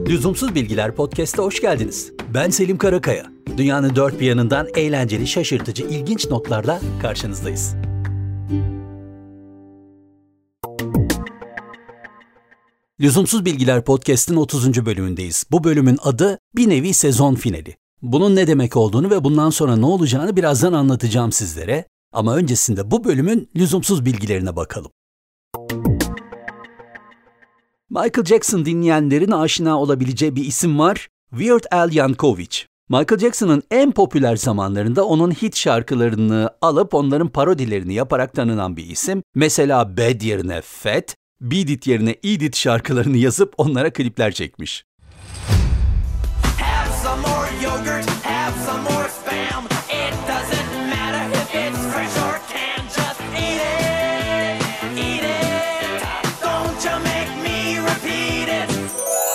Lüzumsuz Bilgiler Podcast'a hoş geldiniz. Ben Selim Karakaya. Dünyanın dört bir yanından eğlenceli, şaşırtıcı, ilginç notlarla karşınızdayız. Lüzumsuz Bilgiler Podcast'ın 30. bölümündeyiz. Bu bölümün adı bir nevi sezon finali. Bunun ne demek olduğunu ve bundan sonra ne olacağını birazdan anlatacağım sizlere. Ama öncesinde bu bölümün lüzumsuz bilgilerine bakalım. Michael Jackson dinleyenlerin aşina olabileceği bir isim var. Weird Al Yankovic. Michael Jackson'ın en popüler zamanlarında onun hit şarkılarını alıp onların parodilerini yaparak tanınan bir isim. Mesela Bad yerine Fat, Beat It yerine Eat It şarkılarını yazıp onlara klipler çekmiş. Have some more yogurt, have some more spam. It doesn't matter if it's fresh or canned. Just eat it, eat it. Don't you make me repeat it.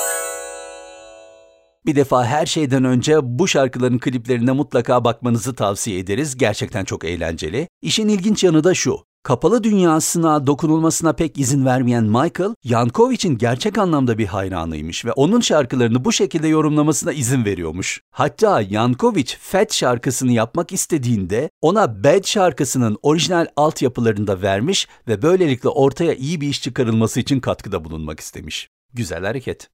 Bir defa her şeyden önce bu şarkıların kliplerine mutlaka bakmanızı tavsiye ederiz. Gerçekten çok eğlenceli. İşin ilginç yanı da şu. Kapalı dünyasına dokunulmasına pek izin vermeyen Michael, Yankovic'in gerçek anlamda bir hayranıymış ve onun şarkılarını bu şekilde yorumlamasına izin veriyormuş. Hatta Yankovic Fat şarkısını yapmak istediğinde ona Bad şarkısının orijinal altyapılarını da vermiş ve böylelikle ortaya iyi bir iş çıkarılması için katkıda bulunmak istemiş. Güzel hareket.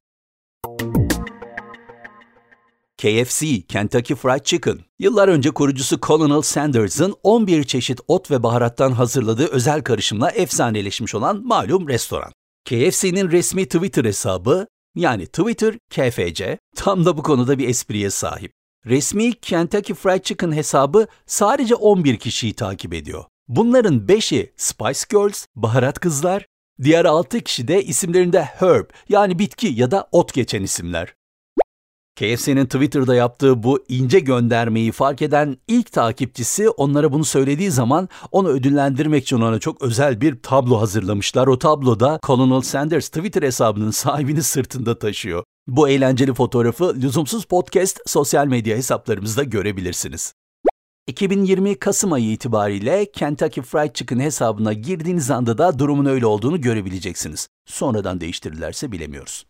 KFC, Kentucky Fried Chicken. Yıllar önce kurucusu Colonel Sanders'ın 11 çeşit ot ve baharattan hazırladığı özel karışımla efsaneleşmiş olan malum restoran. KFC'nin resmi Twitter hesabı, yani Twitter KFC, tam da bu konuda bir espriye sahip. Resmi Kentucky Fried Chicken hesabı sadece 11 kişiyi takip ediyor. Bunların 5'i Spice Girls, baharat kızlar, diğer 6 kişi de isimlerinde herb, yani bitki ya da ot geçen isimler. KFC'nin Twitter'da yaptığı bu ince göndermeyi fark eden ilk takipçisi onlara bunu söylediği zaman onu ödüllendirmek için ona çok özel bir tablo hazırlamışlar. O tabloda Colonel Sanders Twitter hesabının sahibini sırtında taşıyor. Bu eğlenceli fotoğrafı Lüzumsuz Podcast sosyal medya hesaplarımızda görebilirsiniz. 2020 Kasım ayı itibariyle Kentucky Fried Chicken hesabına girdiğiniz anda da durumun öyle olduğunu görebileceksiniz. Sonradan değiştirirlerse bilemiyoruz.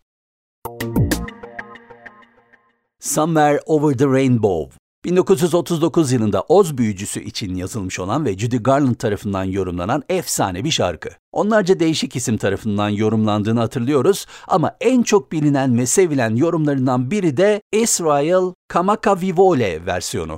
Somewhere Over the Rainbow. 1939 yılında Oz büyücüsü için yazılmış olan ve Judy Garland tarafından yorumlanan efsane bir şarkı. Onlarca değişik isim tarafından yorumlandığını hatırlıyoruz ama en çok bilinen ve sevilen yorumlarından biri de Israel Kamakawiwo'le versiyonu.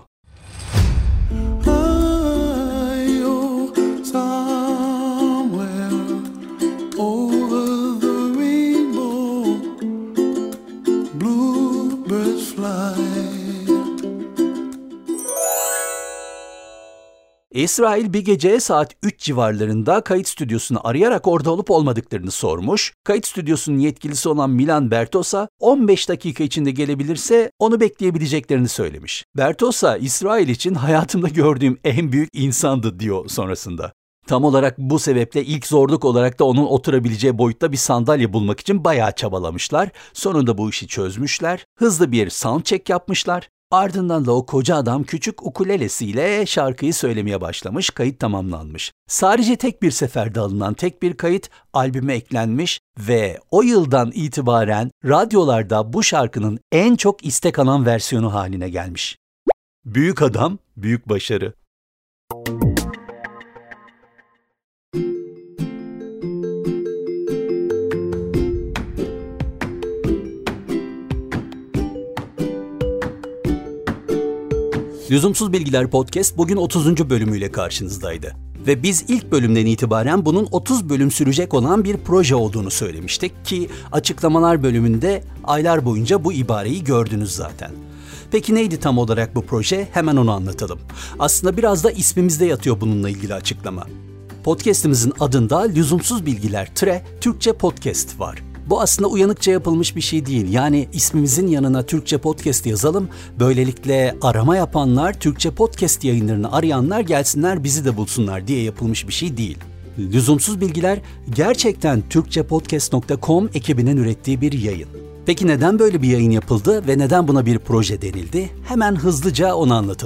İsrail bir gece saat 3 civarlarında kayıt stüdyosunu arayarak orada olup olmadıklarını sormuş. Kayıt stüdyosunun yetkilisi olan Milan Bertosa 15 dakika içinde gelebilirse onu bekleyebileceklerini söylemiş. Bertosa, İsrail için hayatımda gördüğüm en büyük insandı diyor sonrasında. Tam olarak bu sebeple ilk zorluk olarak da onun oturabileceği boyutta bir sandalye bulmak için bayağı çabalamışlar. Sonunda bu işi çözmüşler. Hızlı bir soundcheck yapmışlar. Ardından da o koca adam küçük ukulelesiyle şarkıyı söylemeye başlamış, kayıt tamamlanmış. Sadece tek bir seferde alınan tek bir kayıt albüme eklenmiş ve o yıldan itibaren radyolarda bu şarkının en çok istek alan versiyonu haline gelmiş. Büyük adam, büyük başarı. Lüzumsuz Bilgiler Podcast bugün 30. bölümüyle karşınızdaydı. Ve biz ilk bölümden itibaren bunun 30 bölüm sürecek olan bir proje olduğunu söylemiştik ki açıklamalar bölümünde aylar boyunca bu ibareyi gördünüz zaten. Peki neydi tam olarak bu proje? Hemen onu anlatalım. Aslında biraz da ismimizde yatıyor bununla ilgili açıklama. Podcast'imizin adında Lüzumsuz Bilgiler Türkçe Podcast var. Bu aslında uyanıkça yapılmış bir şey değil. Yani ismimizin yanına Türkçe Podcast yazalım. Böylelikle arama yapanlar, Türkçe Podcast yayınlarını arayanlar gelsinler bizi de bulsunlar diye yapılmış bir şey değil. Lüzumsuz Bilgiler gerçekten türkçepodcast.com ekibinin ürettiği bir yayın. Peki neden böyle bir yayın yapıldı ve neden buna bir proje denildi? Hemen hızlıca onu anlatalım.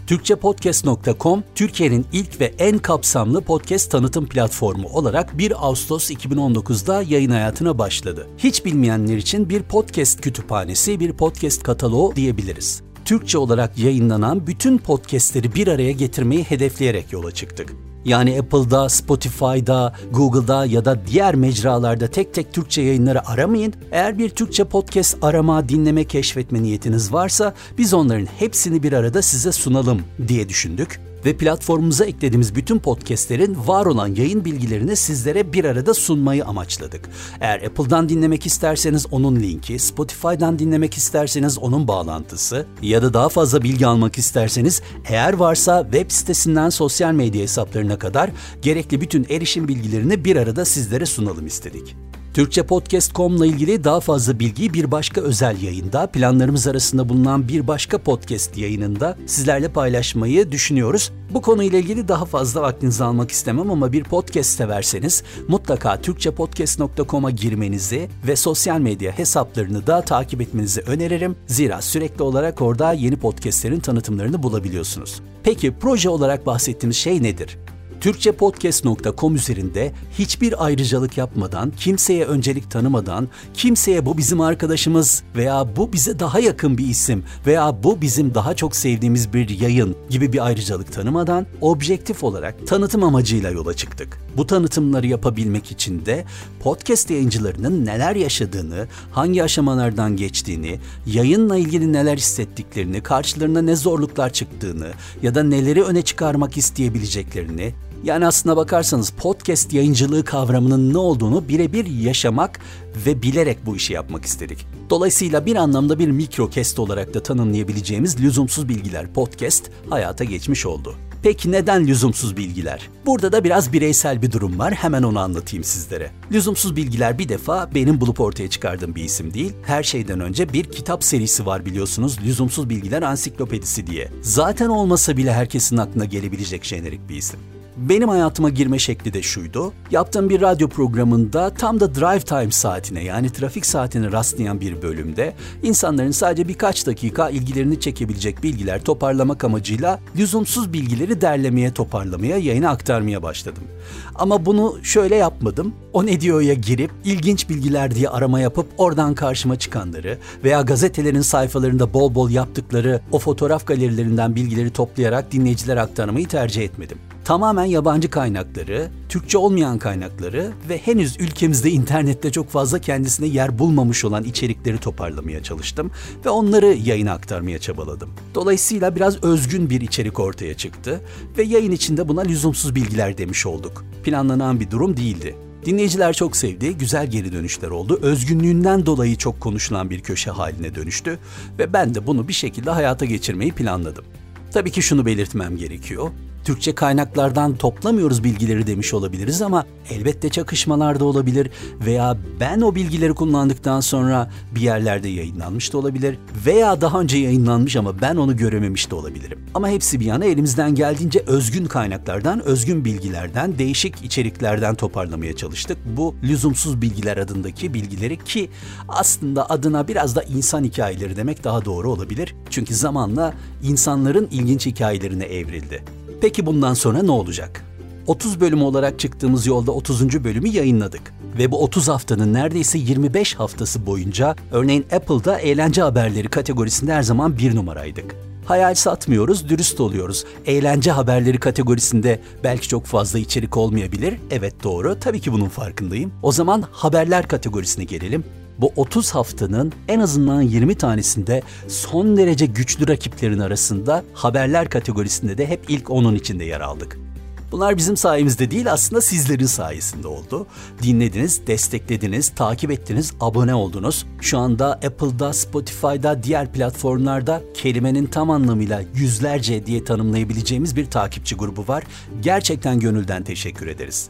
Türkçepodcast.com, Türkiye'nin ilk ve en kapsamlı podcast tanıtım platformu olarak 1 Ağustos 2019'da yayın hayatına başladı. Hiç bilmeyenler için bir podcast kütüphanesi, bir podcast kataloğu diyebiliriz. Türkçe olarak yayınlanan bütün podcastleri bir araya getirmeyi hedefleyerek yola çıktık. Yani Apple'da, Spotify'da, Google'da ya da diğer mecralarda tek tek Türkçe yayınları aramayın. Eğer bir Türkçe podcast arama, dinleme, keşfetme niyetiniz varsa biz onların hepsini bir arada size sunalım diye düşündük. Ve platformumuza eklediğimiz bütün podcastlerin var olan yayın bilgilerini sizlere bir arada sunmayı amaçladık. Eğer Apple'dan dinlemek isterseniz onun linki, Spotify'dan dinlemek isterseniz onun bağlantısı ya da daha fazla bilgi almak isterseniz eğer varsa web sitesinden sosyal medya hesaplarına kadar gerekli bütün erişim bilgilerini bir arada sizlere sunalım istedik. Türkçepodcast.com'la ilgili daha fazla bilgiyi bir başka özel yayında, planlarımız arasında bulunan bir başka podcast yayınında sizlerle paylaşmayı düşünüyoruz. Bu konuyla ilgili daha fazla vaktinizi almak istemem ama bir podcast severseniz mutlaka Türkçepodcast.com'a girmenizi ve sosyal medya hesaplarını da takip etmenizi öneririm. Zira sürekli olarak orada yeni podcastlerin tanıtımlarını bulabiliyorsunuz. Peki proje olarak bahsettiğimiz şey nedir? Türkçepodcast.com üzerinde hiçbir ayrıcalık yapmadan, kimseye öncelik tanımadan, kimseye bu bizim arkadaşımız veya bu bize daha yakın bir isim veya bu bizim daha çok sevdiğimiz bir yayın gibi bir ayrıcalık tanımadan objektif olarak tanıtım amacıyla yola çıktık. Bu tanıtımları yapabilmek için de podcast yayıncılarının neler yaşadığını, hangi aşamalardan geçtiğini, yayınla ilgili neler hissettiklerini, karşılarına ne zorluklar çıktığını ya da neleri öne çıkarmak isteyebileceklerini, yani aslına bakarsanız podcast yayıncılığı kavramının ne olduğunu birebir yaşamak ve bilerek bu işi yapmak istedik. Dolayısıyla bir anlamda bir mikrokest olarak da tanımlayabileceğimiz Lüzumsuz Bilgiler podcast hayata geçmiş oldu. Peki neden lüzumsuz bilgiler? Burada da biraz bireysel bir durum var. Hemen onu anlatayım sizlere. Lüzumsuz Bilgiler bir defa benim bulup ortaya çıkardığım bir isim değil. Her şeyden önce bir kitap serisi var biliyorsunuz. Lüzumsuz Bilgiler Ansiklopedisi diye. Zaten olmasa bile herkesin aklına gelebilecek jenerik bir isim. Benim hayatıma girme şekli de şuydu. Yaptığım bir radyo programında tam da drive time saatine yani trafik saatine rastlayan bir bölümde insanların sadece birkaç dakika ilgilerini çekebilecek bilgiler toparlamak amacıyla lüzumsuz bilgileri derlemeye, toparlamaya, yayına aktarmaya başladım. Ama bunu şöyle yapmadım. O ne diyor'ya girip ilginç bilgiler diye arama yapıp oradan karşıma çıkanları veya gazetelerin sayfalarında bol bol yaptıkları o fotoğraf galerilerinden bilgileri toplayarak dinleyicilere aktarmayı tercih etmedim. Tamamen yabancı kaynakları, Türkçe olmayan kaynakları ve henüz ülkemizde internette çok fazla kendisine yer bulmamış olan içerikleri toparlamaya çalıştım ve onları yayına aktarmaya çabaladım. Dolayısıyla biraz özgün bir içerik ortaya çıktı ve yayın içinde buna lüzumsuz bilgiler demiş olduk. Planlanan bir durum değildi. Dinleyiciler çok sevdi, güzel geri dönüşler oldu. Özgünlüğünden dolayı çok konuşulan bir köşe haline dönüştü ve ben de bunu bir şekilde hayata geçirmeyi planladım. Tabii ki şunu belirtmem gerekiyor. Türkçe kaynaklardan toplamıyoruz bilgileri demiş olabiliriz ama elbette çakışmalar da olabilir veya ben o bilgileri kullandıktan sonra bir yerlerde yayınlanmış da olabilir veya daha önce yayınlanmış ama ben onu görememiş de olabilirim. Ama hepsi bir yana elimizden geldiğince özgün kaynaklardan, özgün bilgilerden, değişik içeriklerden toparlamaya çalıştık. Bu lüzumsuz bilgiler adındaki bilgileri ki aslında adına biraz da insan hikayeleri demek daha doğru olabilir. Çünkü zamanla insanların ilginç hikayelerine evrildi. Peki bundan sonra ne olacak? 30 bölüm olarak çıktığımız yolda 30. bölümü yayınladık. Ve bu 30 haftanın neredeyse 25 haftası boyunca örneğin Apple'da eğlence haberleri kategorisinde her zaman 1 numaraydık. Hayal satmıyoruz, dürüst oluyoruz. Eğlence haberleri kategorisinde belki çok fazla içerik olmayabilir. Evet doğru, tabii ki bunun farkındayım. O zaman haberler kategorisine gelelim. Bu 30 haftanın en azından 20 tanesinde son derece güçlü rakiplerin arasında haberler kategorisinde de hep ilk 10'un içinde yer aldık. Bunlar bizim sayemizde değil aslında sizlerin sayesinde oldu. Dinlediniz, desteklediniz, takip ettiniz, abone oldunuz. Şu anda Apple'da, Spotify'da, diğer platformlarda kelimenin tam anlamıyla yüzlerce diye tanımlayabileceğimiz bir takipçi grubu var. Gerçekten gönülden teşekkür ederiz.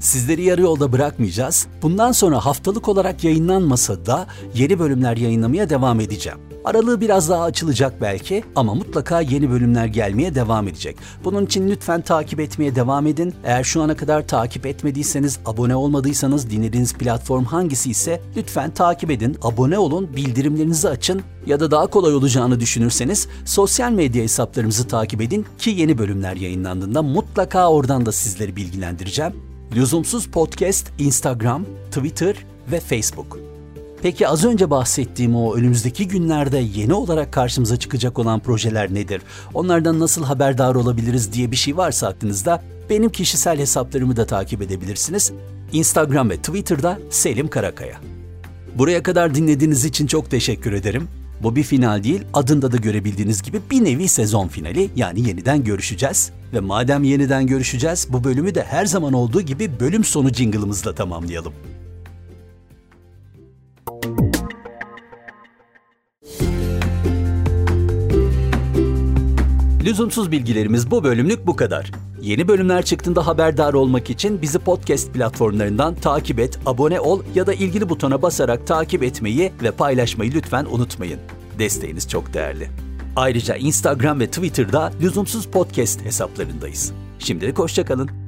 Sizleri yarı yolda bırakmayacağız. Bundan sonra haftalık olarak yayınlanmasa da yeni bölümler yayınlamaya devam edeceğim. Aralığı biraz daha açılacak belki ama mutlaka yeni bölümler gelmeye devam edecek. Bunun için lütfen takip etmeye devam edin. Eğer şu ana kadar takip etmediyseniz, abone olmadıysanız, dinlediğiniz platform hangisi ise lütfen takip edin, abone olun, bildirimlerinizi açın ya da daha kolay olacağını düşünürseniz sosyal medya hesaplarımızı takip edin ki yeni bölümler yayınlandığında mutlaka oradan da sizleri bilgilendireceğim. Lüzumsuz Podcast, Instagram, Twitter ve Facebook. Peki az önce bahsettiğim o önümüzdeki günlerde yeni olarak karşımıza çıkacak olan projeler nedir? Onlardan nasıl haberdar olabiliriz diye bir şey varsa aklınızda benim kişisel hesaplarımı da takip edebilirsiniz. Instagram ve Twitter'da Selim Karakaya. Buraya kadar dinlediğiniz için çok teşekkür ederim. Bu bir final değil, adında da görebildiğiniz gibi bir nevi sezon finali, yani yeniden görüşeceğiz. Ve madem yeniden görüşeceğiz, bu bölümü de her zaman olduğu gibi bölüm sonu jingle'ımızla tamamlayalım. Lüzumsuz bilgilerimiz bu bölümlük bu kadar. Yeni bölümler çıktığında haberdar olmak için bizi podcast platformlarından takip et, abone ol ya da ilgili butona basarak takip etmeyi ve paylaşmayı lütfen unutmayın. Desteğiniz çok değerli. Ayrıca Instagram ve Twitter'da Lüzumsuz Podcast hesaplarındayız. Şimdilik hoşça kalın.